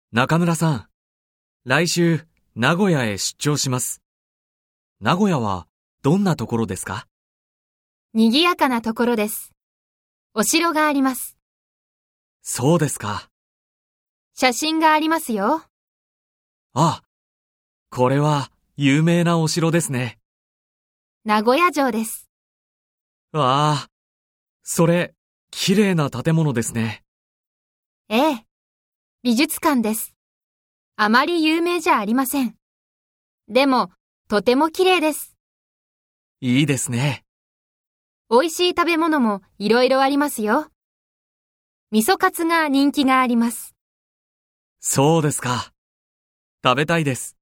中村さん、来週、名古屋へ出張します。名古屋はどんなところですか？ 賑やかなところです。お城があります。 そうですか。 写真がありますよ。 あ、これは有名なお城ですね。 名古屋城です。 わあ、それ、綺麗な建物ですね。 ええ、美術館です。あまり有名じゃありません。でも、とても綺麗です。 いいですね。 美味しい食べ物もいろいろありますよ。味噌カツが人気があります。 そうですか。食べたいです。